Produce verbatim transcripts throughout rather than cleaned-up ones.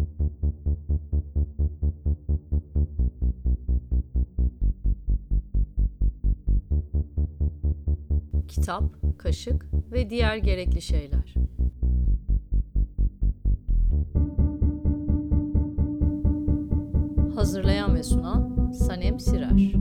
Kitap, kaşık ve diğer gerekli şeyler. Hazırlayan ve sunan Sanem Sirer.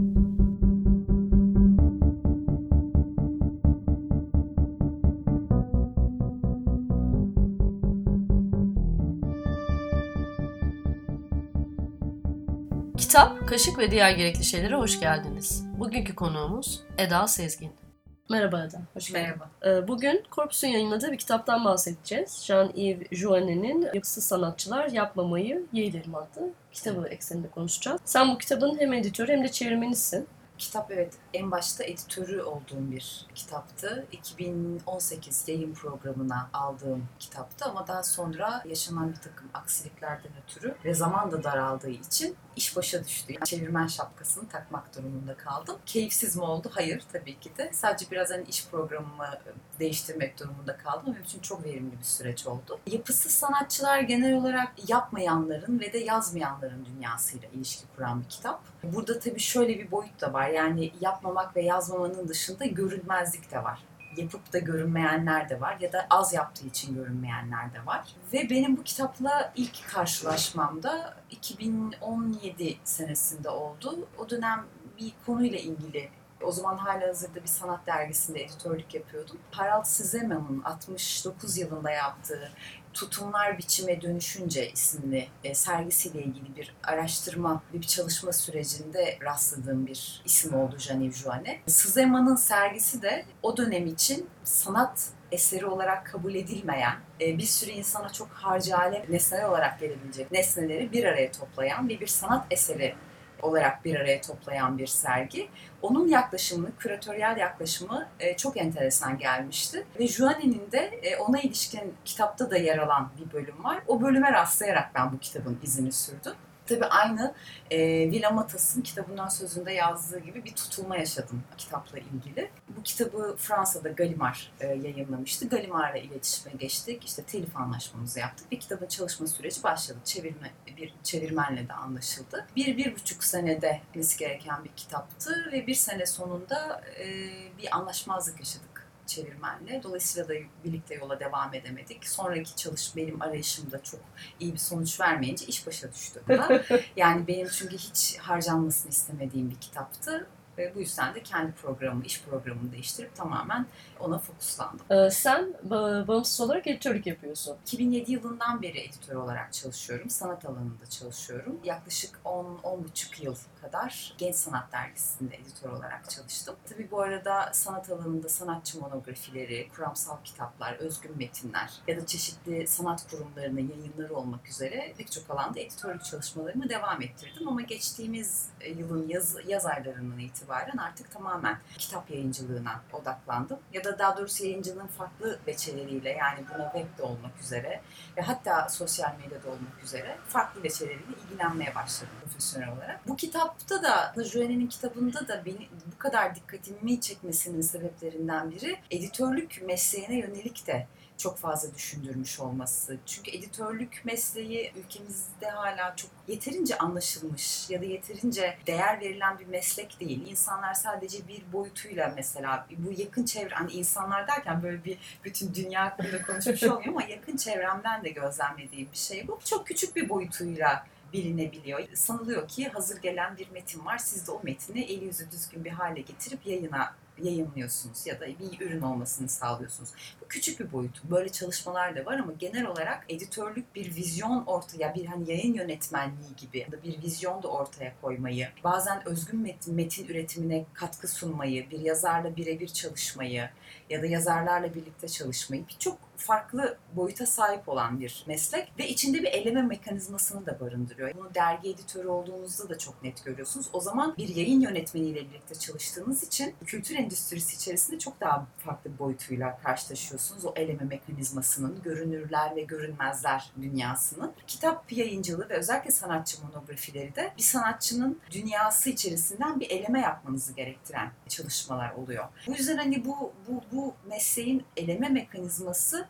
Kitap, kaşık ve diğer gerekli şeylere hoş geldiniz. Bugünkü konuğumuz Eda Sezgin. Merhaba Eda, hoş geldin. Merhaba. Bugün Corpus'un yayınladığı bir kitaptan bahsedeceğiz. Jean-Yves Jouanet'in Yapısız Sanatçılar Yapmamayı Yeğlerim adlı kitabı ekseninde konuşacağız. Sen bu kitabın hem editörü hem de çevirmenisin. Kitap evet en başta editörü olduğum bir kitaptı. iki bin on sekiz yayın programına aldığım kitaptı ama daha sonra yaşanan bir takım aksiliklerden ötürü ve zaman da daraldığı için iş başa düştü. Yani çevirmen şapkasını takmak durumunda kaldım. Keyifsiz mi oldu? Hayır tabii ki de. Sadece biraz hani iş programımı değiştirmek durumunda kaldım. Benim için çok verimli bir süreç oldu. Yapısız sanatçılar genel olarak yapmayanların ve de yazmayanların dünyasıyla ilişki kuran bir kitap. Burada tabii şöyle bir boyut da var. Yani yapmamak ve yazmamanın dışında görünmezlik de var. Yapıp da görünmeyenler de var ya da az yaptığı için görünmeyenler de var. Ve benim bu kitapla ilk karşılaşmam da iki bin on yedi senesinde oldu. O dönem bir konuyla ilgili, o zaman halihazırda bir sanat dergisinde editörlük yapıyordum. Harald Sizemann'ın altmış dokuz yılında yaptığı Tutumlar Biçime Dönüşünce isimli e, sergisiyle ilgili bir araştırma ve bir çalışma sürecinde rastladığım bir isim oldu Jean-Yves Jouanet. Sizemann'ın sergisi de o dönem için sanat eseri olarak kabul edilmeyen, e, bir sürü insana çok harcale nesneler olarak gelebilecek nesneleri bir araya toplayan ve bir sanat eseri olarak bir araya toplayan bir sergi. Onun yaklaşımı, küratöryel yaklaşımı e, çok enteresan gelmişti. Ve Jouanet'in de e, ona ilişkin kitapta da yer alan bir bölüm var. O bölüme rastlayarak ben bu kitabın izini sürdüm. Tabii aynı e, William Matas'ın kitabından sözünde yazdığı gibi bir tutulma yaşadım kitapla ilgili. Bu kitabı Fransa'da Gallimard e, yayınlamıştı. Gallimard'la iletişime geçtik. İşte telif anlaşmamızı yaptık ve kitabın çalışma süreci başladı. Çevirme, bir çevirmenle de anlaşıldı. Bir, bir buçuk senede bitmesi gereken bir kitaptı ve bir sene sonunda e, bir anlaşmazlık yaşadık çevirmenle. Dolayısıyla da birlikte yola devam edemedik. Sonraki çalışma benim arayışımda çok iyi bir sonuç vermeyince iş başa düştü. Yani benim çünkü hiç harcanmasını istemediğim bir kitaptı. Ve bu yüzden de kendi programımı, iş programımı değiştirip tamamen ona fokuslandım. Ee, sen ba- bağımsız olarak editörlük yapıyorsun. iki bin yedi yılından beri editör olarak çalışıyorum. Sanat alanında çalışıyorum. Yaklaşık on on buçuk yıl kadar Genç Sanat Dergisi'nde editör olarak çalıştım. Tabii bu arada sanat alanında sanatçı monografileri, kuramsal kitaplar, özgün metinler ya da çeşitli sanat kurumlarının yayınları olmak üzere pek çok alanda editörlük çalışmalarımı devam ettirdim. Ama geçtiğimiz yılın yaz, yaz aylarından itibaren artık tamamen kitap yayıncılığına odaklandım. Ya da daha doğrusu yayıncılığın farklı veçeleriyle, yani buna web de olmak üzere ve hatta sosyal medyada olmak üzere farklı veçeleriyle ilgilenmeye başladım profesyonel olarak. Bu kitapta da, Jouanet'in kitabında da beni bu kadar dikkatimi çekmesinin sebeplerinden biri editörlük mesleğine yönelik de çok fazla düşündürmüş olması. Çünkü editörlük mesleği ülkemizde hala çok yeterince anlaşılmış ya da yeterince değer verilen bir meslek değil. İnsanlar sadece bir boyutuyla, mesela bu yakın çevre, hani insanlar derken böyle bir bütün dünya hakkında konuşmuş olmuyor ama yakın çevremden de gözlemlediğim bir şey bu. Çok küçük bir boyutuyla bilinebiliyor. Sanılıyor ki hazır gelen bir metin var. Siz de o metni eli yüzü düzgün bir hale getirip yayına yayınlıyorsunuz ya da bir ürün olmasını sağlıyorsunuz. Bu küçük bir boyut. Böyle çalışmalar da var ama genel olarak editörlük bir vizyon ortaya, bir hani yayın yönetmenliği gibi ya da bir vizyon da ortaya koymayı, bazen özgün metin, metin üretimine katkı sunmayı, bir yazarla birebir çalışmayı ya da yazarlarla birlikte çalışmayı, birçok farklı boyuta sahip olan bir meslek ve içinde bir eleme mekanizmasını da barındırıyor. Bunu dergi editörü olduğunuzda da çok net görüyorsunuz. O zaman bir yayın yönetmeniyle birlikte çalıştığınız için kültür endüstrisi içerisinde çok daha farklı bir boyutuyla karşılaşıyorsunuz. O eleme mekanizmasının, görünürler ve görünmezler dünyasının. Kitap yayıncılığı ve özellikle sanatçı monografileri de bir sanatçının dünyası içerisinden bir eleme yapmanızı gerektiren çalışmalar oluyor. Bu yüzden hani bu bu bu mesleğin eleme mekanizması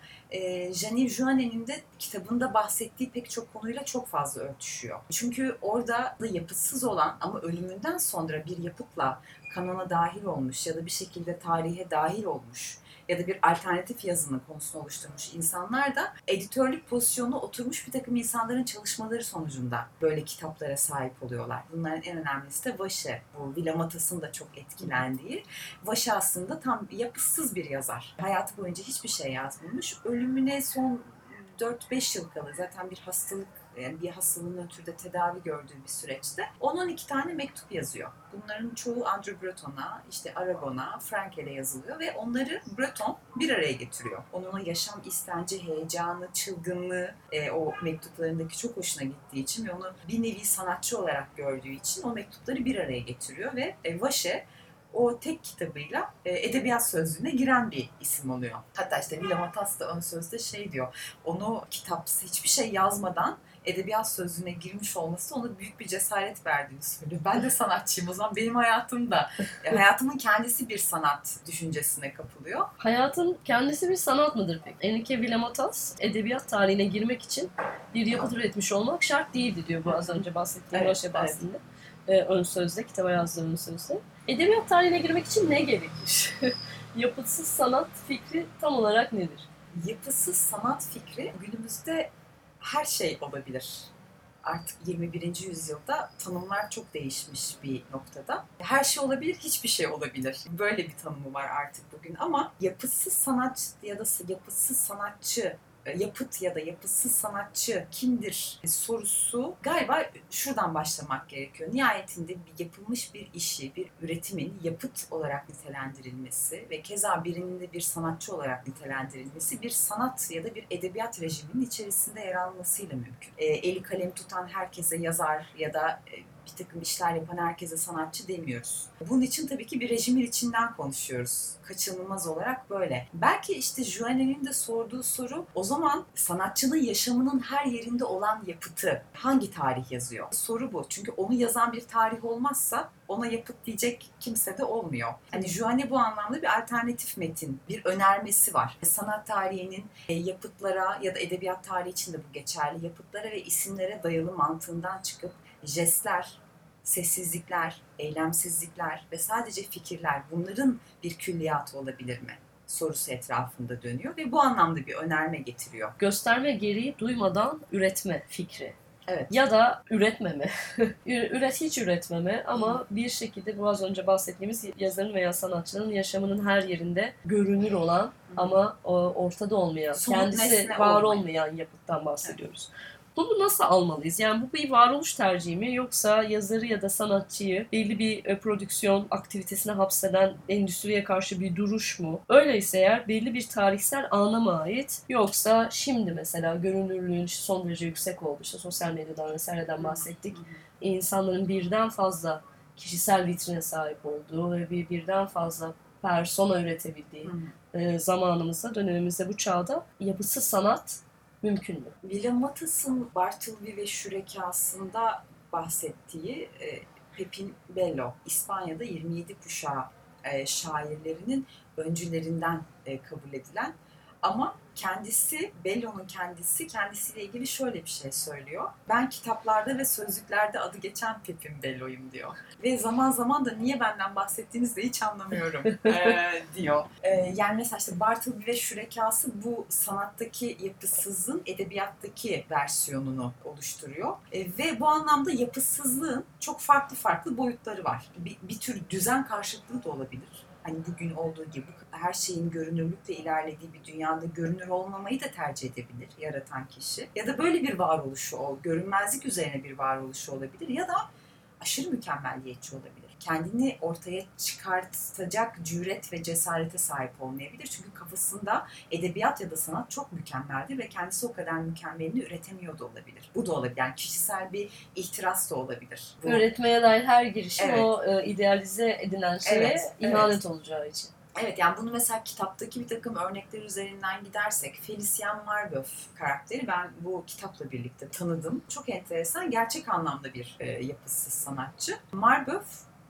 e, Genevieve Joanet'in de kitabında bahsettiği pek çok konuyla çok fazla örtüşüyor. Çünkü orada da yapıtsız olan ama ölümünden sonra bir yapıtla kanona dahil olmuş ya da bir şekilde tarihe dahil olmuş ya da bir alternatif yazının konusunu oluşturmuş insanlar da editörlük pozisyonuna oturmuş bir takım insanların çalışmaları sonucunda böyle kitaplara sahip oluyorlar. Bunların en önemlisi de Vache. Bu Villamatas'ın da çok etkilendiği. Vache aslında tam yapısız bir yazar. Hayatı boyunca hiçbir şey yazmamış. Ölümüne son dört beş yıl kala zaten bir hastalık, yani bir hastalığın ötürü de tedavi gördüğü bir süreçte on on iki tane mektup yazıyor. Bunların çoğu Andrew Breton'a, işte Aragon'a, Frankel'e yazılıyor ve onları Breton bir araya getiriyor. Onun o yaşam istenci, heyecanı, çılgınlığı e, o mektuplarındaki çok hoşuna gittiği için ve onu bir nevi sanatçı olarak gördüğü için o mektupları bir araya getiriyor ve e, Vache o tek kitabıyla e, edebiyat sözlüğüne giren bir isim oluyor. Hatta işte Villamatas da ön sözde şey diyor, onu kitapsız hiçbir şey yazmadan edebiyat sözlüğüne girmiş olması ona büyük bir cesaret verdiğini söylüyor. Ben de sanatçıyım, o zaman benim hayatım da, e, hayatımın kendisi bir sanat düşüncesine kapılıyor. Hayatın kendisi bir sanat mıdır peki? Enrique Villamatas, edebiyat tarihine girmek için bir yapıt üretmiş olmak şart değildi diyor bu az önce bahsettiğim Evet, Vache bahsinde. Ee, ön sözde, kitaba yazdığı ön sözde. Edebiyat tarihine girmek için ne gerekir? Yapıtsız sanat fikri tam olarak nedir? Yapısız sanat fikri günümüzde her şey olabilir. Artık yirmi birinci yüzyılda tanımlar çok değişmiş bir noktada. Her şey olabilir, hiçbir şey olabilir. Böyle bir tanımı var artık bugün ama yapısız sanat ya da yapısız sanatçı, yapıt ya da yapısız sanatçı kimdir sorusu galiba şuradan başlamak gerekiyor. Nihayetinde bir yapılmış bir işi, bir üretimin yapıt olarak nitelendirilmesi ve keza birinin de bir sanatçı olarak nitelendirilmesi bir sanat ya da bir edebiyat rejiminin içerisinde yer almasıyla mümkün. E, eli kalem tutan herkese yazar ya da e, bir takım işler yapan herkese sanatçı demiyoruz. Bunun için tabii ki bir rejimin içinden konuşuyoruz. Kaçınılmaz olarak böyle. Belki işte Joanet'in de sorduğu soru, o zaman sanatçının yaşamının her yerinde olan yapıtı hangi tarih yazıyor? Soru bu. Çünkü onu yazan bir tarih olmazsa ona yapıt diyecek kimse de olmuyor. Hani Joanet bu anlamda bir alternatif metin, bir önermesi var. Sanat tarihinin yapıtlara ya da edebiyat tarihi için de bu geçerli, yapıtlara ve isimlere dayalı mantığından çıkıp jestler, sessizlikler, eylemsizlikler ve sadece fikirler, bunların bir külliyatı olabilir mi sorusu etrafında dönüyor ve bu anlamda bir önerme getiriyor. Gösterme gereği duymadan üretme fikri. Evet. Ya da üretmeme. Üret hiç üretmeme ama bir şekilde bu az önce bahsettiğimiz yazarın veya sanatçının yaşamının her yerinde görünür olan ama ortada olmayan, Somut kendisi nesne var olmayan. olmayan yapıttan bahsediyoruz. Bunu nasıl almalıyız? Yani bu bir varoluş tercihi mi yoksa yazarı ya da sanatçıyı belli bir e, prodüksiyon aktivitesine hapseden endüstriye karşı bir duruş mu? Öyleyse eğer belli bir tarihsel ana mı ait yoksa şimdi mesela görünürlüğün son derece yüksek oldu. İşte sosyal medyadan vesaireden bahsettik. İnsanların birden fazla kişisel vitrine sahip olduğu ve bir birden fazla persona üretebildiği e, zamanımızda, dönemimizde bu çağda yapısız sanat mümkün mü? Villamatas'ın Bartleby ve Şürekası'nda bahsettiği e, Pepin Bello, İspanya'da yirmi yedi kuşağı e, şairlerinin öncülerinden e, kabul edilen ama kendisi, Bello'nun kendisi kendisiyle ilgili şöyle bir şey söylüyor. Ben kitaplarda ve sözlüklerde adı geçen Pepin Bello'yum diyor. Ve zaman zaman da niye benden bahsettiğinizi de hiç anlamıyorum ee, diyor. Ee, yani mesela işte Bartleby ve Şürekası bu sanattaki yapısızlığın edebiyattaki versiyonunu oluşturuyor. Ee, ve bu anlamda yapısızlığın çok farklı farklı boyutları var. Bir, bir tür düzen karşıtlığı da olabilir. Hani bugün olduğu gibi her şeyin görünürlükle ilerlediği bir dünyada görünür olmamayı da tercih edebilir yaratan kişi. Ya da böyle bir varoluşu ol, görünmezlik üzerine bir varoluşu olabilir ya da aşırı mükemmelliyetçi olabilir. Kendini ortaya çıkartacak cüret ve cesarete sahip olmayabilir. Çünkü kafasında edebiyat ya da sanat çok mükemmeldir ve kendisi o kadar mükemmelini üretemiyor da olabilir. Bu da olabilir. Yani kişisel bir ihtiras da olabilir. Bu... Üretmeye dair her girişim Evet. o e, idealize edilen şeye Evet, ihanet evet. olacağı için. Evet, yani bunu mesela kitaptaki bir takım örnekler üzerinden gidersek Felicien Marbeuf karakteri ben bu kitapla birlikte tanıdım. Çok enteresan, gerçek anlamda bir e, yapısız sanatçı. Marbeuf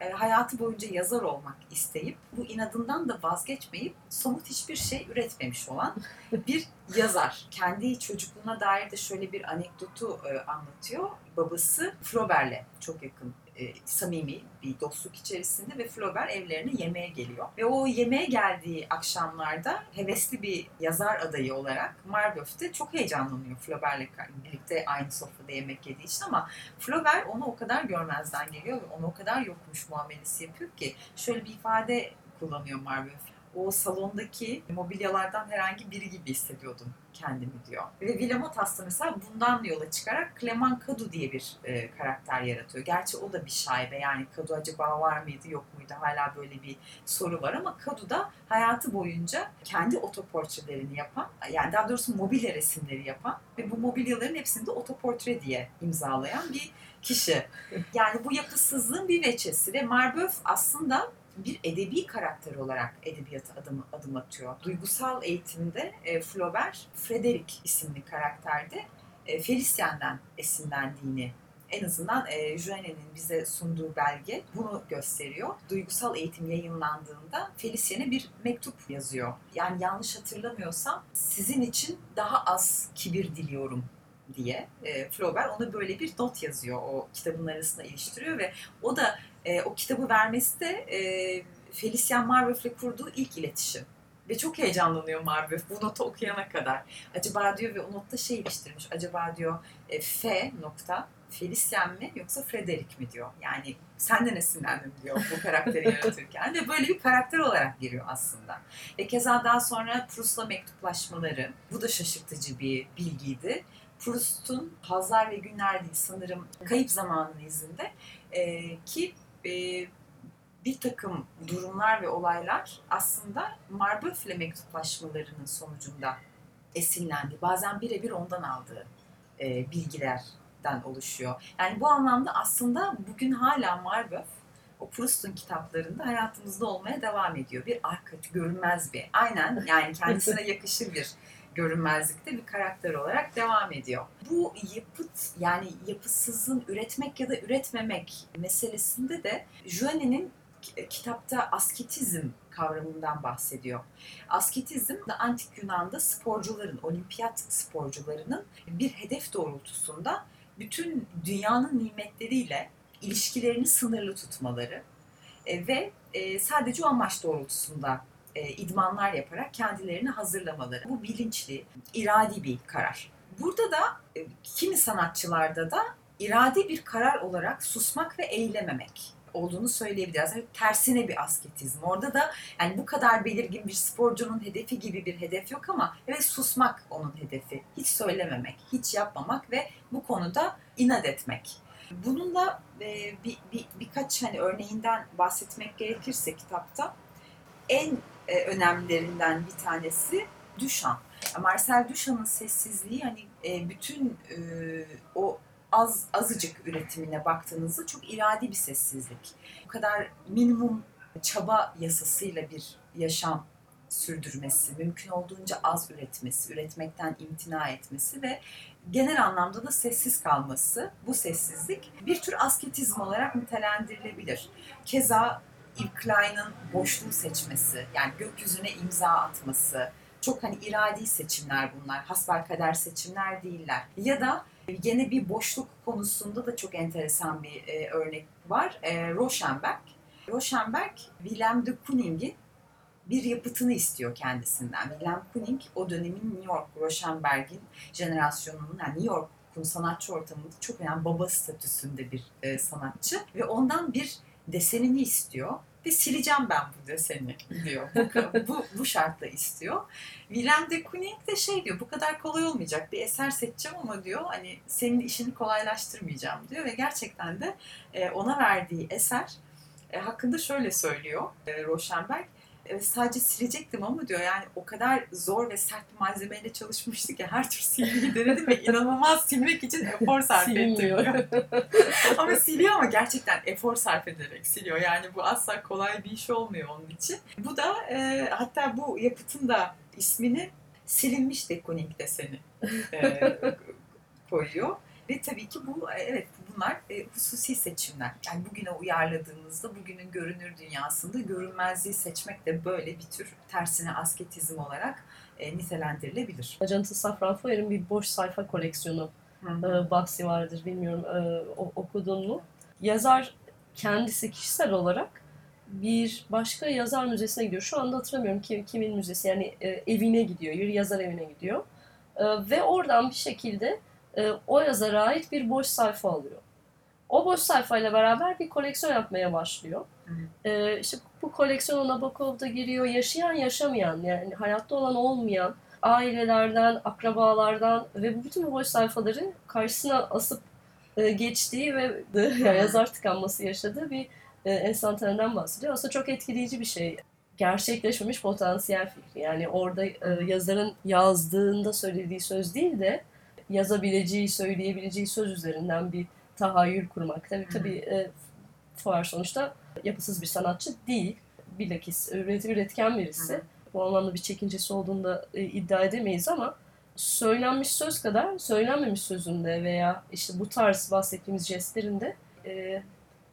e, hayatı boyunca yazar olmak isteyip bu inadından da vazgeçmeyip somut hiçbir şey üretmemiş olan bir yazar. Kendi çocukluğuna dair de şöyle bir anekdotu e, anlatıyor. Babası Flaubert'le çok yakın, e, samimi bir dostluk içerisinde ve Flaubert evlerine yemeğe geliyor. Ve o yemeğe geldiği akşamlarda hevesli bir yazar adayı olarak Marbeuf de çok heyecanlanıyor Flaubert'le birlikte aynı sofrada yemek yediği için, ama Flaubert onu o kadar görmezden geliyor ve onu o kadar yokmuş muamelesi yapıyor ki şöyle bir ifade kullanıyor Marbeuf. O salondaki mobilyalardan herhangi biri gibi hissediyordum kendimi diyor. Ve Villematas da mesela bundan yola çıkarak Clement Cadu diye bir e, karakter yaratıyor. Gerçi o da bir şaibe, yani Cadu acaba var mıydı yok muydu, hala böyle bir soru var, ama Cadu da hayatı boyunca kendi otoportrelerini yapan, yani daha doğrusu mobilya resimleri yapan ve bu mobilyaların hepsini de otoportre diye imzalayan bir kişi. Yani bu yapısızlığın bir veçesi ve Marbeuf aslında bir edebi karakter olarak edebiyata adım, adım atıyor. Duygusal eğitimde e, Flaubert, Frederick isimli karakterde e, Felicien'den esinlendiğini, en azından e, Jouanet'in bize sunduğu belge bunu gösteriyor. Duygusal eğitim yayınlandığında Felicien'e bir mektup yazıyor. Yani yanlış hatırlamıyorsam sizin için daha az kibir diliyorum diye e, Flaubert ona böyle bir not yazıyor, o kitabın arasına iliştiriyor ve o da e, o kitabı vermesi de e, Felicien Marbeuf'le kurduğu ilk iletişim. Ve çok heyecanlanıyor Marbeuf bu notu okuyana kadar. Acaba diyor, ve o notta şey iliştirmiş, acaba diyor e, F nokta Felicien mi yoksa Frederick mi diyor. Yani senden esinlendim diyor bu karakteri yaratırken. Ve böyle bir karakter olarak giriyor aslında. Ve keza daha sonra Proust'la mektuplaşmaları, bu da şaşırtıcı bir bilgiydi. Proust'un Hazlar ve Günler değil sanırım Kayıp Zamanın izinde e, ki e, bir takım durumlar ve olaylar aslında Marbeuf'le mektuplaşmalarının sonucunda esinlendi. Bazen birebir ondan aldığı e, bilgilerden oluşuyor. Yani bu anlamda aslında bugün hala Marbeuf o Proust'un kitaplarında hayatımızda olmaya devam ediyor. Bir arkadaş, görünmez bir. Aynen, yani kendisine yakışır bir görünmezlikte bir karakter olarak devam ediyor. Bu yapıt, yani yapısızın üretmek ya da üretmemek meselesinde de Jouanet'in kitapta asketizm kavramından bahsediyor. Asketizm de antik Yunan'da sporcuların, olimpiyat sporcularının bir hedef doğrultusunda bütün dünyanın nimetleriyle ilişkilerini sınırlı tutmaları e, ve e, sadece o amaç doğrultusunda e, idmanlar yaparak kendilerini hazırlamaları. Bu bilinçli, iradi bir karar. Burada da e, kimi sanatçılarda da iradi bir karar olarak susmak ve eylememek olduğunu söyleyebiliriz. Yani tersine bir asketizm. Orada da yani bu kadar belirgin bir sporcunun hedefi gibi bir hedef yok, ama evet susmak onun hedefi. Hiç söylememek, hiç yapmamak ve bu konuda inat etmek. Bununla e, bir, bir, birkaç hani örneğinden bahsetmek gerekirse kitapta en e, önemlilerinden bir tanesi Duchamp. Marcel Duchamp'ın sessizliği hani e, bütün e, o az azıcık üretimine baktığınızda çok iradi bir sessizlik. Bu kadar minimum çaba yasasıyla bir yaşam sürdürmesi, mümkün olduğunca az üretmesi, üretmekten imtina etmesi ve genel anlamda da sessiz kalması, bu sessizlik bir tür asketizm olarak nitelendirilebilir. Keza Yves Klein'in boşluğu seçmesi, yani gökyüzüne imza atması, çok hani iradi seçimler bunlar, hasbelkader seçimler değiller. Ya da gene bir boşluk konusunda da çok enteresan bir e, örnek var. E, Rauschenberg. Rauschenberg, Willem de Kooning'in bir yapıtını istiyor kendisinden. Willem Kooning o dönemin New York, Rauschenberg'in jenerasyonunun, yani New York'un sanatçı ortamında çok önemli baba statüsünde bir e, sanatçı ve ondan bir desenini istiyor ve sileceğim ben bu deseni diyor. Bu, bu, bu şartla istiyor. Willem de Kooning de şey diyor, bu kadar kolay olmayacak, bir eser seçeceğim ama diyor hani senin işini kolaylaştırmayacağım diyor ve gerçekten de e, ona verdiği eser e, hakkında şöyle söylüyor e, Rauschenberg. Evet, sadece silecektim ama diyor yani o kadar zor ve sert bir malzemeyle çalışmıştı ki her tür silmeyi denedim ve inanılmaz silmek için efor sarf ettim diyor. Ama siliyor, ama gerçekten efor sarf ederek siliyor. Yani bu asla kolay bir iş olmuyor onun için. Bu da e, hatta bu yapıtın da ismini silinmiş de Kooning deseni e, koyuyor. Ve tabii ki bu evet bunlar e, hususi seçimler. Yani bugüne uyarladığımızda bugünün görünür dünyasında görünmezliği seçmek de böyle bir tür tersine asketizm olarak e, nitelendirilebilir. Jonathan Safran Foer'in bir boş sayfa koleksiyonu Hı-hı. e, bahsi vardır. Bilmiyorum e, o, okudun mu? Yazar kendisi kişisel olarak bir başka yazar müzesine gidiyor. Şu anda hatırlamıyorum kim, kimin müzesi. Yani e, evine gidiyor. Bir yazar evine gidiyor. E, ve oradan bir şekilde e, o yazara ait bir boş sayfa alıyor. O boş sayfayla beraber bir koleksiyon yapmaya başlıyor. E, işte bu koleksiyona Nabokov da giriyor. Yaşayan yaşamayan yani hayatta olan olmayan ailelerden, akrabalardan ve bu bütün bu boş sayfaları karşısına asıp e, geçtiği ve yani yazar tıkanması yaşadığı bir e, enstantaneden bahsediyor. Aslında çok etkileyici bir şey. Gerçekleşmemiş potansiyel fikri. Yani orada e, yazarın yazdığında söylediği söz değil de yazabileceği, söyleyebileceği söz üzerinden bir tahayyül kurmak. Tabii tabii e, Fuar sonuçta yapısız bir sanatçı değil. Bilakis üret, üretken birisi. Hı-hı. Bu anlamda bir çekincesi olduğunu da e, iddia edemeyiz ama söylenmiş söz kadar söylenmemiş sözünde veya işte bu tarz bahsettiğimiz jestlerinde e,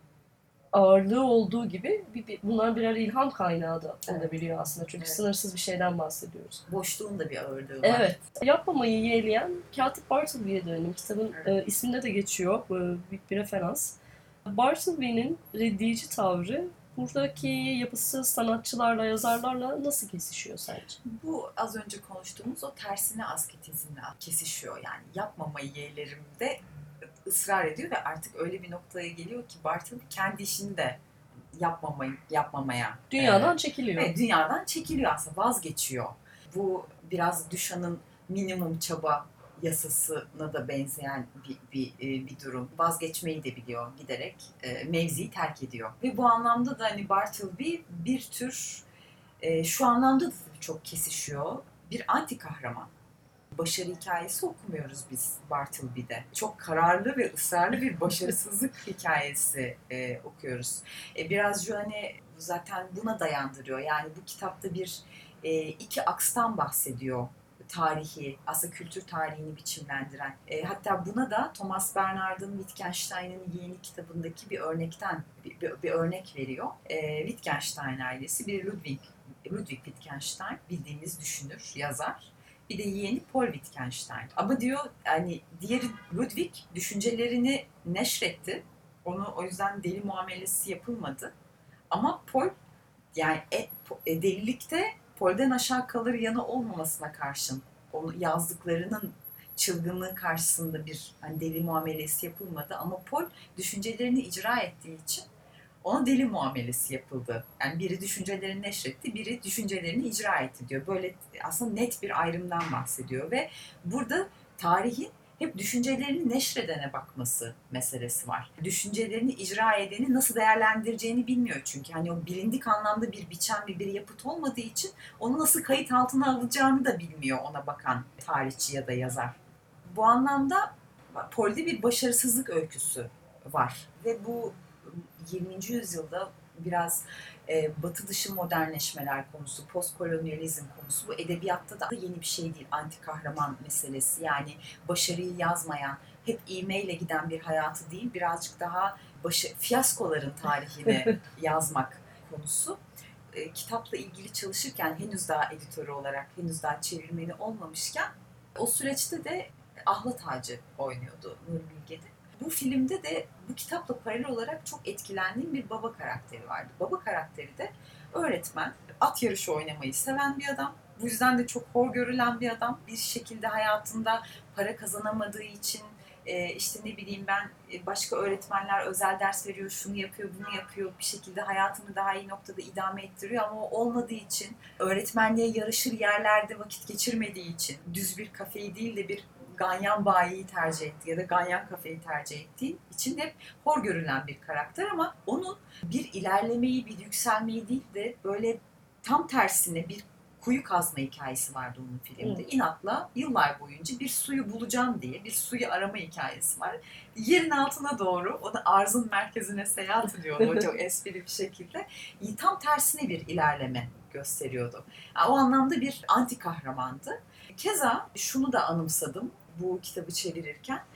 ağırlığı olduğu gibi bir, bir, bunlar birer ilham kaynağı da olabiliyor aslında. Çünkü Evet. sınırsız bir şeyden bahsediyoruz. Boşluğun da bir ağırlığı var. Evet. Yapmamayı yeğleyen Katip Bartleby'ye dönelim. Kitabın evet. e, isminde de geçiyor. E, büyük bir referans. Bartleby'nin reddici tavrı buradaki yapısız sanatçılarla, yazarlarla nasıl kesişiyor sence? Bu az önce konuştuğumuz o tersine asketizmle kesişiyor. Yani yapmamayı yeğlerimde ısrar ediyor ve artık öyle bir noktaya geliyor ki Bartleby kendi işini de yapmamayı, yapmamaya. Dünyadan e, çekiliyor. Evet, dünyadan çekiliyor aslında, vazgeçiyor. Bu biraz Duchamp'ın minimum çaba yasasına da benzeyen bir, bir, bir durum. Vazgeçmeyi de biliyor giderek. E, mevziyi terk ediyor. Ve bu anlamda da hani Bartleby bir tür e, şu anlamda da çok kesişiyor. Bir anti kahraman. Başarı hikayesi okumuyoruz biz Bartleby'de. Çok kararlı ve ısrarlı bir başarısızlık hikayesi e, okuyoruz. E, biraz hani zaten buna dayandırıyor. Yani bu kitapta bir e, iki akstan bahsediyor. Tarihi, aslında kültür tarihini biçimlendiren. E, hatta buna da Thomas Bernhard'ın Wittgenstein'in Yeğeni kitabındaki bir örnekten bir, bir, bir örnek veriyor. E, Wittgenstein ailesi bir Ludwig, Ludwig Wittgenstein bildiğimiz düşünür, yazar. Bir de yeğeni Paul Wittgenstein. Ama diyor yani diğeri Ludwig düşüncelerini neşretti. Onu o yüzden deli muamelesi yapılmadı. Ama Paul yani e, e, delilikte Paul'den aşağı kalır yanı olmamasına karşın onu yazdıklarının çılgınlığı karşısında bir hani deli muamelesi yapılmadı. Ama Paul düşüncelerini icra ettiği için ona deli muamelesi yapıldı. Yani biri düşüncelerini neşretti, biri düşüncelerini icra etti diyor. Böyle aslında net bir ayrımdan bahsediyor ve burada tarihin hep düşüncelerini neşredene bakması meselesi var. Düşüncelerini icra edeni nasıl değerlendireceğini bilmiyor çünkü. Hani o bilindik anlamda bir biçem bir, bir yapıt olmadığı için onu nasıl kayıt altına alacağını da bilmiyor ona bakan tarihçi ya da yazar. Bu anlamda Paul'de bir başarısızlık öyküsü var ve bu yirminci yüzyılda biraz e, batı dışı modernleşmeler konusu, postkolonyalizm konusu bu edebiyatta da yeni bir şey değil. Anti kahraman meselesi yani başarıyı yazmayan, hep ivmeyle giden bir hayatı değil, birazcık daha başı, fiyaskoların tarihini yazmak konusu. E, kitapla ilgili çalışırken henüz daha editörü olarak, henüz daha çevirmeni olmamışken o süreçte de Ahlat Ağacı oynuyordu Nuri Bilge'de. Bu filmde de bu kitapla paralel olarak çok etkilendiğim bir baba karakteri vardı. Baba karakteri de öğretmen, at yarışı oynamayı seven bir adam. Bu yüzden de çok hor görülen bir adam. Bir şekilde hayatında para kazanamadığı için işte ne bileyim ben başka öğretmenler özel ders veriyor, şunu yapıyor, bunu yapıyor. Bir şekilde hayatını daha iyi noktada idame ettiriyor ama o olmadığı için öğretmenliğe yarışır yerlerde vakit geçirmediği için düz bir kafeyi değil de bir ganyan bayiyi tercih etti ya da ganyan kafeyi tercih ettiği için hep hor görülen bir karakter ama onun bir ilerlemeyi, bir yükselmeyi değil de böyle tam tersine bir kuyu kazma hikayesi vardı onun filmde. Hmm. İnatla yıllar boyunca bir suyu bulacağım diye bir suyu arama hikayesi var. Yerin altına doğru, o da arzın merkezine seyahat ediyordu o çok espri bir şekilde. Tam tersine bir ilerleme gösteriyordu. Yani o anlamda bir anti kahramandı. Keza şunu da anımsadım bu kitabı çevirirken.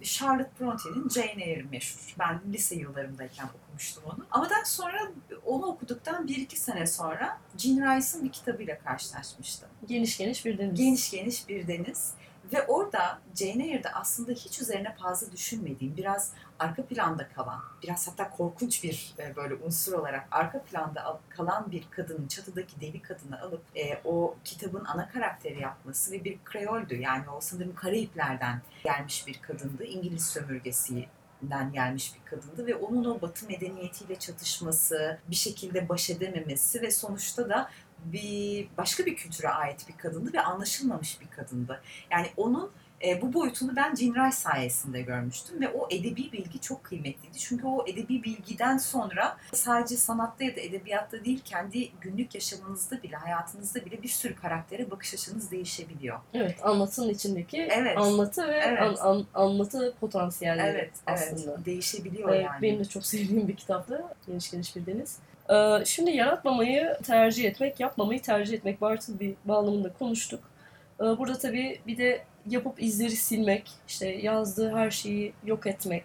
Charlotte Bronte'nin Jane Eyre meşhur. Ben lise yıllarımdayken okumuştum onu. Ama daha sonra onu okuduktan bir iki sene sonra Jean Rice'ın bir kitabıyla karşılaşmıştım. Geniş geniş bir deniz. Geniş geniş bir deniz. Ve orada Jane Eyre'de aslında hiç üzerine fazla düşünmediğim, biraz arka planda kalan, biraz hatta korkunç bir e, böyle unsur olarak arka planda al- kalan bir kadının, çatıdaki deli kadını alıp e, o kitabın ana karakteri yapması ve bir Kreoldü, yani o sanırım Karayipler'den gelmiş bir kadındı, İngiliz sömürgesinden gelmiş bir kadındı ve onun o Batı medeniyetiyle çatışması, bir şekilde baş edememesi ve sonuçta da bir başka bir kültüre ait bir kadındı ve anlaşılmamış bir kadındı. Yani onun e, bu boyutunu ben Jean Rice sayesinde görmüştüm ve o edebi bilgi çok kıymetliydi. Çünkü o edebi bilgiden sonra sadece sanatta ya da edebiyatta değil, kendi günlük yaşamınızda bile, hayatınızda bile bir sürü karaktere bakış açınız değişebiliyor. Evet, anlatının içindeki Evet. anlatı ve Evet. an, an, anlatı potansiyelleri Evet, aslında. evet. Değişebiliyor Evet, yani. benim de çok sevdiğim bir kitaptı. Geniş geniş bir deniz. Ee, Şimdi yaratmamayı tercih etmek, yapmamayı tercih etmek. Bartleby bağlamında konuştuk. Ee, Burada tabii bir de yapıp izleri silmek, işte yazdığı her şeyi yok etmek,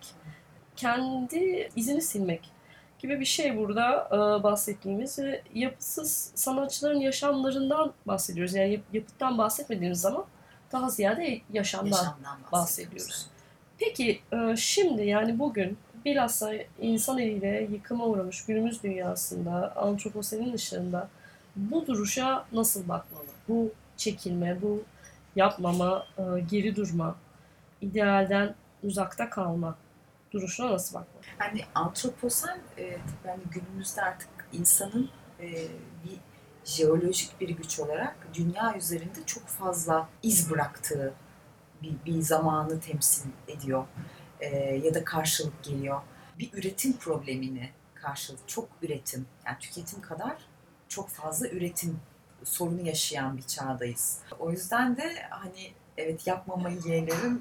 kendi izini silmek gibi bir şey burada e, bahsettiğimiz ve yapısız sanatçıların yaşamlarından bahsediyoruz. Yani yap- yapıttan bahsetmediğimiz zaman daha ziyade yaşamdan Yaşamdan bahsediyoruz. Peki e, şimdi yani bugün bilhassa insan eliyle yıkıma uğramış günümüz dünyasında antroposenin ışığında bu duruşa nasıl bakmalı? Bu çekilme, bu yapmama, e, geri durma, idealden uzakta kalma duruşuna nasıl bakmalı? Yani antroposen e, tabii hani günümüzde artık insanın e, bir jeolojik bir güç olarak dünya üzerinde çok fazla iz bıraktığı bir, bir zamanı temsil ediyor e, ya da karşılık geliyor. Bir üretim problemini karşılık, çok üretim, yani tüketim kadar çok fazla üretim sorunu yaşayan bir çağdayız. O yüzden de hani evet, yapmamayı yeğlerim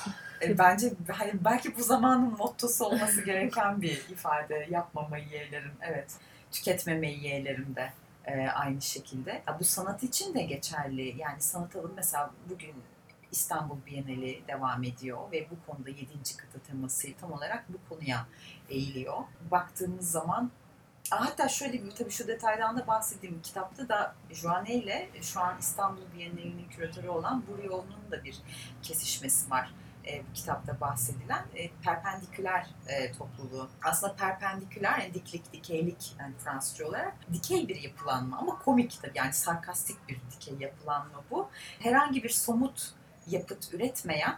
e, bence hani belki bu zamanın mottosu olması gereken bir ifade. Yapmamayı yeğlerim, evet. Tüketmemeyi yeğlerim de e, aynı şekilde. Ya bu sanat için de geçerli. Yani sanat alanı mesela bugün İstanbul Bienali devam ediyor ve bu konuda yedinci kıta teması tam olarak bu konuya eğiliyor. Baktığımız zaman hatta şöyle bir, tabii şu detaydan da bahsedeyim. Kitapta da Joanne ile şu an İstanbul Bienali'nin küratörü olan Burio'nun da bir kesişmesi var. E, bu kitapta bahsedilen e, perpendiküler e, topluluğu. Aslında perpendiküler, yani diklik, dikeylik, yani Fransızca olarak dikey bir yapılanma ama komik tabii, yani sarkastik bir dikey yapılanma bu. Herhangi bir somut yapıt üretmeyen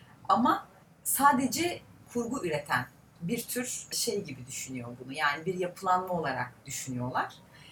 ama sadece kurgu üreten bir tür şey gibi düşünüyor bunu. Yani bir yapılanma olarak düşünüyorlar.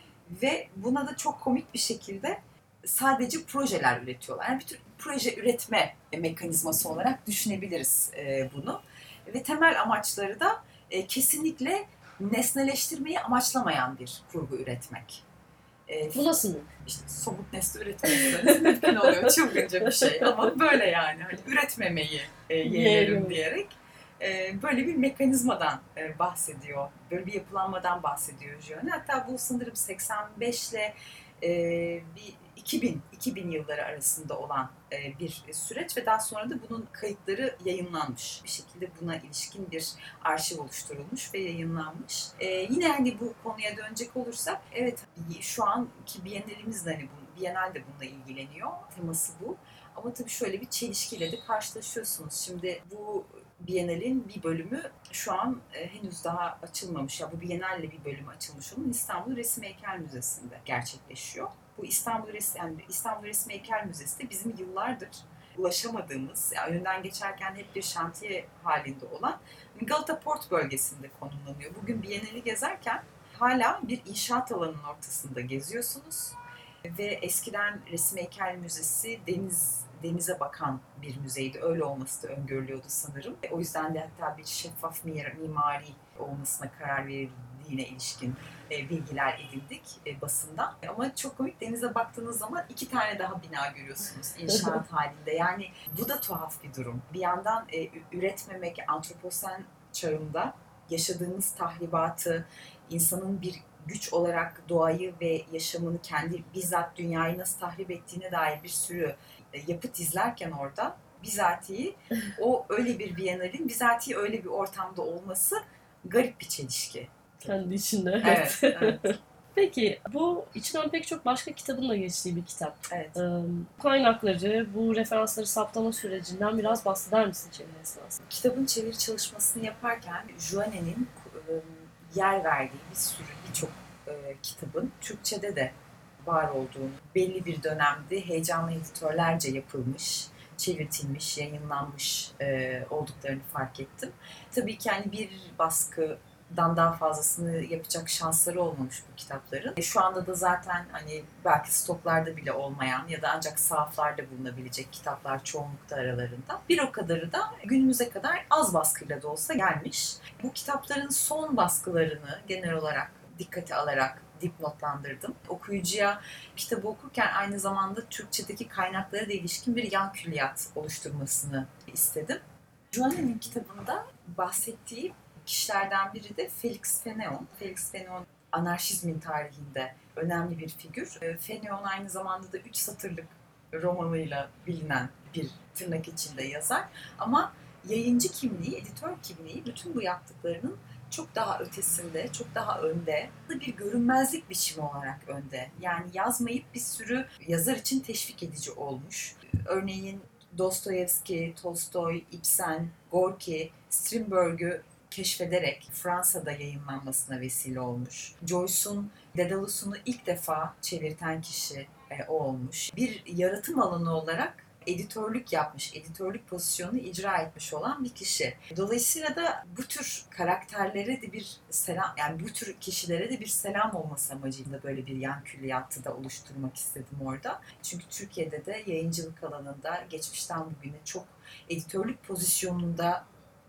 Ve buna da çok komik bir şekilde sadece projeler üretiyorlar. Yani bir tür proje üretme mekanizması olarak düşünebiliriz e, bunu. Ve temel amaçları da e, kesinlikle nesneleştirmeyi amaçlamayan bir kurgu üretmek. E, Bu nasıl mı? işte somut nesne üretmezseniz mümkün oluyor. Çılgınca bir şey ama böyle yani. Hani üretmemeyi e, yeğlerim diyerek e, böyle bir mekanizmadan e, bahsediyor. Böyle bir yapılanmadan bahsediyor Joanne. Hatta bu sanırım seksen beş ile e, bir iki bin iki bin yılları arasında olan e, bir süreç ve daha sonra da bunun kayıtları yayınlanmış. Bir şekilde buna ilişkin bir arşiv oluşturulmuş ve yayınlanmış. E, yine hani bu konuya dönecek olursak, evet şu anki Biennalimiz de hani bu, Biennale de bununla ilgileniyor. Teması bu. Ama tabii şöyle bir çelişkiyle de karşılaşıyorsunuz. Şimdi bu Biennale'in bir bölümü şu an e, henüz daha açılmamış. Ya bu Biennale'le bir bölümü açılmış onun İstanbul Resim Heykel Müzesi'nde gerçekleşiyor. Bu İstanbul Resim, yani İstanbul Resim Heykel Müzesi de bizim yıllardır ulaşamadığımız, yani önünden geçerken hep bir şantiye halinde olan Galata Port bölgesinde konumlanıyor. Bugün Biennale'i gezerken hala bir inşaat alanının ortasında geziyorsunuz ve eskiden Resim Heykel Müzesi deniz denize bakan bir müzeydi. Öyle olması da öngörülüyordu sanırım. O yüzden de hatta bir şeffaf mimari olmasına karar verildiğine ilişkin bilgiler edindik basından. Ama çok komik, denize baktığınız zaman iki tane daha bina görüyorsunuz inşaat halinde. Yani bu da tuhaf bir durum. Bir yandan üretmemek, antroposen çağında yaşadığımız tahribatı, insanın bir güç olarak doğayı ve yaşamını, kendi bizzat dünyayı nasıl tahrip ettiğine dair bir sürü yapıt izlerken orada bizatihi o öyle bir Biennale'in bizatihi öyle bir ortamda olması garip bir çelişki. Kendi içinde. Evet, evet. Peki bu içinden pek çok başka kitabın da geçtiği bir kitap. Evet. Ee, kaynakları, bu referansları saptama sürecinden biraz bahseder misin çeviri esnasında? Kitabın çeviri çalışmasını yaparken Joanne'nin e, yer verdiği bir sürü birçok e, kitabın Türkçe'de de var olduğunu, belli bir dönemde heyecanlı editörlerce yapılmış, çevirtilmiş, yayınlanmış e, olduklarını fark ettim. Tabii ki yani bir baskıdan daha fazlasını yapacak şansları olmamış bu kitapların. E, şu anda da zaten hani belki stoklarda bile olmayan ya da ancak sahaflarda bulunabilecek kitaplar çoğunlukta aralarında. Bir o kadarı da günümüze kadar az baskıyla da olsa gelmiş. Bu kitapların son baskılarını genel olarak dikkate alarak dipnotlandırdım. Okuyucuya kitabı okurken aynı zamanda Türkçedeki kaynaklara da ilişkin bir yan külliyat oluşturmasını istedim. Joanne'nin kitabında bahsettiği kişilerden biri de Felix Fénéon. Felix Fénéon anarşizmin tarihinde önemli bir figür. Fénéon aynı zamanda da üç satırlık romanıyla bilinen bir tırnak içinde yazar. Ama yayıncı kimliği, editör kimliği bütün bu yaptıklarının çok daha ötesinde, çok daha önde, bir görünmezlik biçimi olarak önde. Yani yazmayıp bir sürü yazar için teşvik edici olmuş. Örneğin Dostoyevski, Tolstoy, Ibsen, Gorki, Strindberg'ü keşfederek Fransa'da yayınlanmasına vesile olmuş. Joyce'un Daedalus'unu ilk defa çevirten kişi e, o olmuş. Bir yaratım alanı olarak editörlük yapmış, editörlük pozisyonunu icra etmiş olan bir kişi. Dolayısıyla da bu tür karakterlere de bir selam, yani bu tür kişilere de bir selam olması amacıyla böyle bir yan külliyatı da oluşturmak istedim orada. Çünkü Türkiye'de de yayıncılık alanında geçmişten bugüne çok editörlük pozisyonunda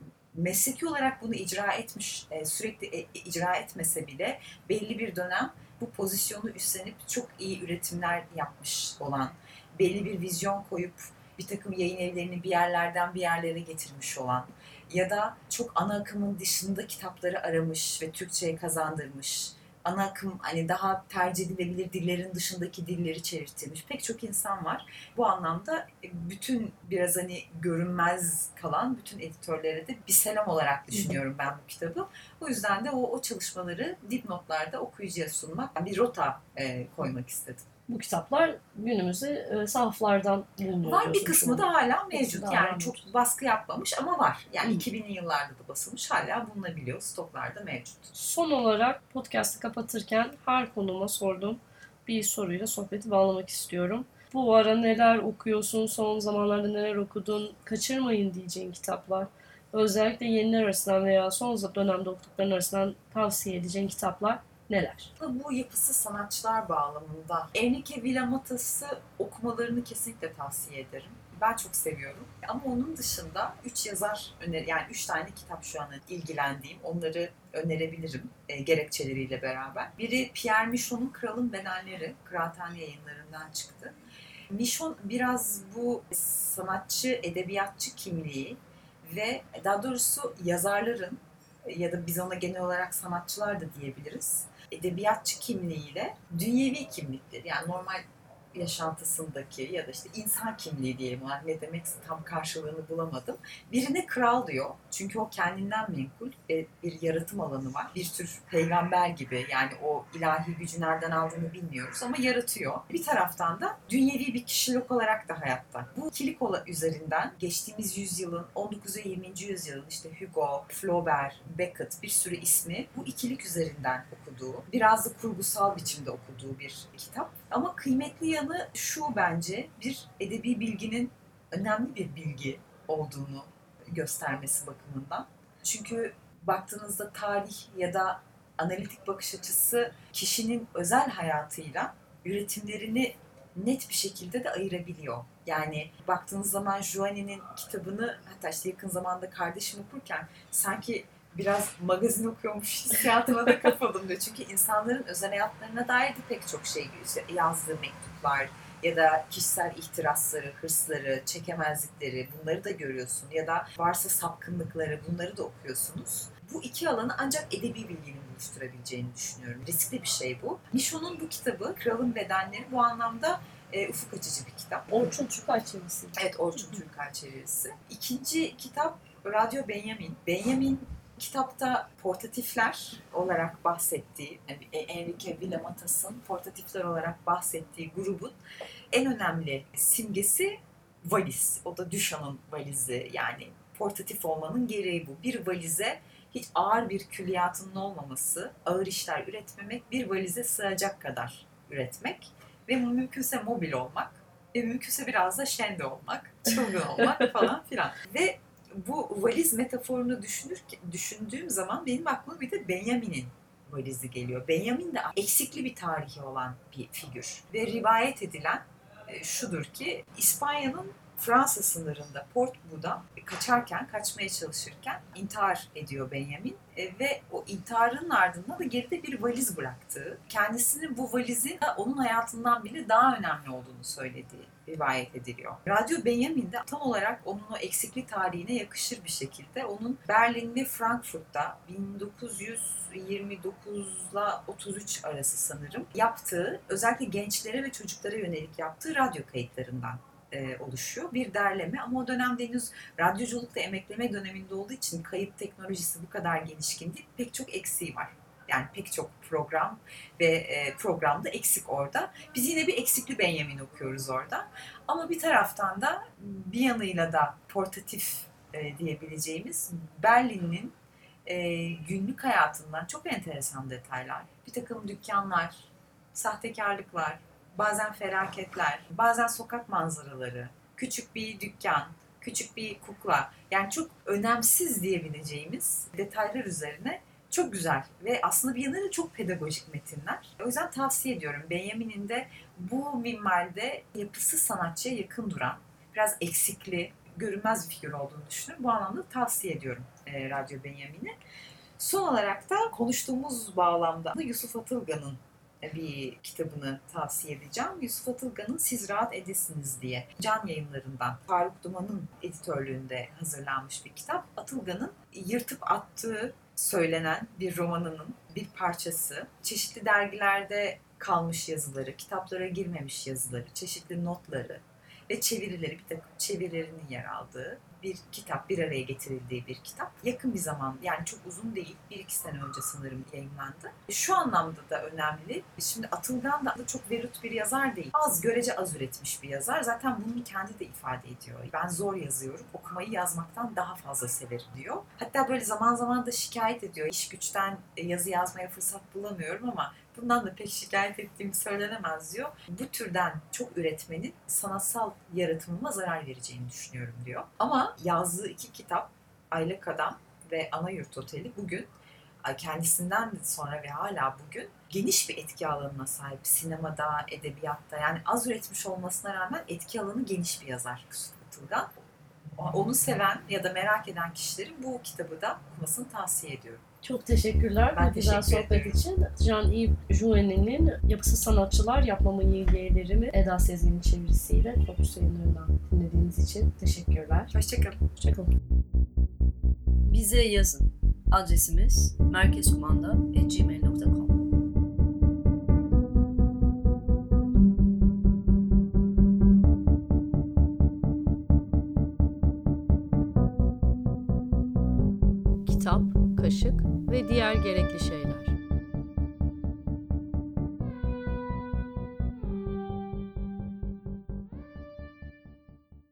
mesleki olarak bunu icra etmiş, sürekli icra etmese bile belli bir dönem bu pozisyonu üstlenip çok iyi üretimler yapmış olan, belli bir vizyon koyup bir takım yayın evlerini bir yerlerden bir yerlere getirmiş olan ya da çok ana akımın dışında kitapları aramış ve Türkçe'ye kazandırmış, ana akım hani daha tercih edilebilir dillerin dışındaki dilleri çevirtilmiş pek çok insan var. Bu anlamda bütün biraz hani görünmez kalan bütün editörlere de bir selam olarak düşünüyorum ben bu kitabı. O yüzden de o, o çalışmaları dipnotlarda okuyucuya sunmak, bir rota e, koymak istedim. Bu kitaplar günümüzde e, sahaflardan bulunuyor. Var, bir kısmı da hala mevcut. da Yani hala çok mevcut. baskı yapmamış ama var. Yani Hı. iki binli yıllarda da basılmış, hala bulunabiliyor. Stoklarda mevcut. Son olarak podcast'ı kapatırken her konuma sorduğum bir soruyla sohbeti bağlamak istiyorum. Bu ara neler okuyorsun, son zamanlarda neler okudun, kaçırmayın diyeceğin kitaplar. Özellikle yeniler arasından veya son dönemde okudukların arasından tavsiye edeceğin kitaplar neler? Bu yapısı sanatçılar bağlamında Enrique Villamata'sı okumalarını kesinlikle tavsiye ederim. Ben çok seviyorum. Ama onun dışında üç yazar öner, yani üç tane kitap şu an ilgilendiğim, onları önerebilirim e, gerekçeleriyle beraber. Biri Pierre Michon'un Kralın Bedenleri, Kıraathane Yayınları'ndan çıktı. Michon biraz bu sanatçı, edebiyatçı kimliği ve daha doğrusu yazarların ya da biz ona genel olarak sanatçılar da diyebiliriz, edebiyatçı kimliğiyle dünyevi kimlikleri, yani normal yaşantısındaki ya da işte insan kimliği diyelim, ne demekse tam karşılığını bulamadım. Birine kral diyor. Çünkü o kendinden menkul ve bir yaratım alanı var. Bir tür peygamber gibi, yani o ilahi gücü nereden aldığını bilmiyoruz ama yaratıyor. Bir taraftan da dünyevi bir kişilik olarak da hayatta. Bu ikilik üzerinden geçtiğimiz yüzyılın, on dokuz ve yirminci yüzyılın işte Hugo, Flaubert, Beckett, bir sürü ismi bu ikilik üzerinden okuduğu, biraz da kurgusal biçimde okuduğu bir kitap. Ama kıymetli yanı şu, bence bir edebi bilginin önemli bir bilgi olduğunu göstermesi bakımından. Çünkü baktığınızda tarih ya da analitik bakış açısı kişinin özel hayatıyla üretimlerini net bir şekilde de ayırabiliyor. Yani baktığınız zaman Joanne'nin kitabını, hatta işte yakın zamanda kardeşim okurken sanki biraz magazin okuyormuş hissiyatına da kapıldım diyor. Çünkü insanların özel hayatlarına dair de pek çok şey, işte yazdığı mektuplar ya da kişisel ihtirasları, hırsları, çekemezlikleri, bunları da görüyorsun. Ya da varsa sapkınlıkları, bunları da okuyorsunuz. Bu iki alanı ancak edebi bilginin buluşturabileceğini düşünüyorum. Riskli bir şey bu. Michon'un bu kitabı, Kralın Bedenleri, bu anlamda E, ufuk açıcı bir kitap. Orçun Türkay çevirisi. Evet, Orçun Türkay çevirisi. İkinci kitap Radyo Benjamin. Benjamin kitapta portatifler olarak bahsettiği, yani Enrique Villamatas'ın portatifler olarak bahsettiği grubun en önemli simgesi valiz. O da Duchamp'ın valizi. Yani portatif olmanın gereği bu. Bir valize hiç ağır bir külliyatının olmaması, ağır işler üretmemek, bir valize sığacak kadar üretmek ve mümkünse mobil olmak ve mümkünse biraz da şende olmak, çılgın olmak falan filan. Ve bu valiz metaforunu düşünür, düşündüğüm zaman benim aklıma bir de Benjamin'in valizi geliyor. Benjamin de eksikli bir tarihi olan bir figür. Ve rivayet edilen e, şudur ki İspanya'nın Fransa sınırında Port Bu'dan kaçarken, kaçmaya çalışırken intihar ediyor Benjamin. E, ve o intiharın ardından da geride bir valiz bıraktığı, kendisinin bu valizin onun hayatından bile daha önemli olduğunu söylediği rivayet ediliyor. Radyo Benjamin'de tam olarak onun o eksikli tarihine yakışır bir şekilde onun Berlin ve Frankfurt'ta bin dokuz yüz yirmi dokuzla otuz üç arası sanırım yaptığı, özellikle gençlere ve çocuklara yönelik yaptığı radyo kayıtlarından e, oluşuyor. Bir derleme ama o dönemde henüz radyoculukta emekleme döneminde olduğu için kayıt teknolojisi bu kadar gelişkin değil. Pek çok eksiği var. Yani pek çok program ve e, programda eksik orada. Biz yine bir eksikli Benjamin okuyoruz orada. Ama bir taraftan da bir yanıyla da portatif e, diyebileceğimiz Berlin'in e, günlük hayatından çok enteresan detaylar. Bir takım dükkanlar, sahtekarlıklar, bazen felaketler, bazen sokak manzaraları, küçük bir dükkan, küçük bir kukla. Yani çok önemsiz diyebileceğimiz detaylar üzerine çok güzel ve aslında bir yanıyla çok pedagojik metinler. O yüzden tavsiye ediyorum. Benjamin'in de bu minvalde yapısı sanatçıya yakın duran, biraz eksikli, görünmez bir figür olduğunu düşünüyorum. Bu anlamda tavsiye ediyorum e, Radyo Benjamin'i. Son olarak da konuştuğumuz bağlamda Yusuf Atılgan'ın bir kitabını tavsiye edeceğim. Yusuf Atılgan'ın Siz Rahat Edesiniz diye Can Yayınları'ndan Faruk Duman'ın editörlüğünde hazırlanmış bir kitap. Atılgan'ın yırtıp attığı söylenen bir romanının bir parçası. Çeşitli dergilerde kalmış yazıları, kitaplara girmemiş yazıları, çeşitli notları ve çevirileri, bir takım çevirilerinin yer aldığı bir kitap, bir araya getirildiği bir kitap. Yakın bir zaman, yani çok uzun değil, bir iki sene önce sanırım yayınlandı. Şu anlamda da önemli. Şimdi Atılgan da çok verut bir yazar değil. Az, görece az üretmiş bir yazar. Zaten bunu kendi de ifade ediyor. Ben zor yazıyorum, okumayı yazmaktan daha fazla severim diyor. Hatta böyle zaman zaman da şikayet ediyor. İş güçten yazı yazmaya fırsat bulamıyorum ama bundan da pek şikayet ettiğim söylenemez diyor. Bu türden çok üretmenin sanatsal yaratımıma zarar vereceğini düşünüyorum diyor. Ama yazdığı iki kitap, Aylak Adam ve Anayurt Oteli, bugün kendisinden sonra ve hala bugün geniş bir etki alanına sahip. Sinemada, edebiyatta, yani az üretmiş olmasına rağmen etki alanı geniş bir yazar Yusuf Atılgan. Onu seven ya da merak eden kişilerin bu kitabı da okumasını tavsiye ediyorum. Çok teşekkürler Ben bu güzel teşekkür sohbet ederim. için. Jean-Yves Jouen'in Yapısız Sanatçılar Yapmamın Yellerimi Eda Sezgin'in çevirisiyle Fokus Yayınları'ndan dinlediğiniz için teşekkürler. Hoşçakalın. Hoşçakalın. Bize yazın. Adresimiz merkezkumanda at gmail nokta com. Kitap, kaşık ve diğer gerekli şeyler.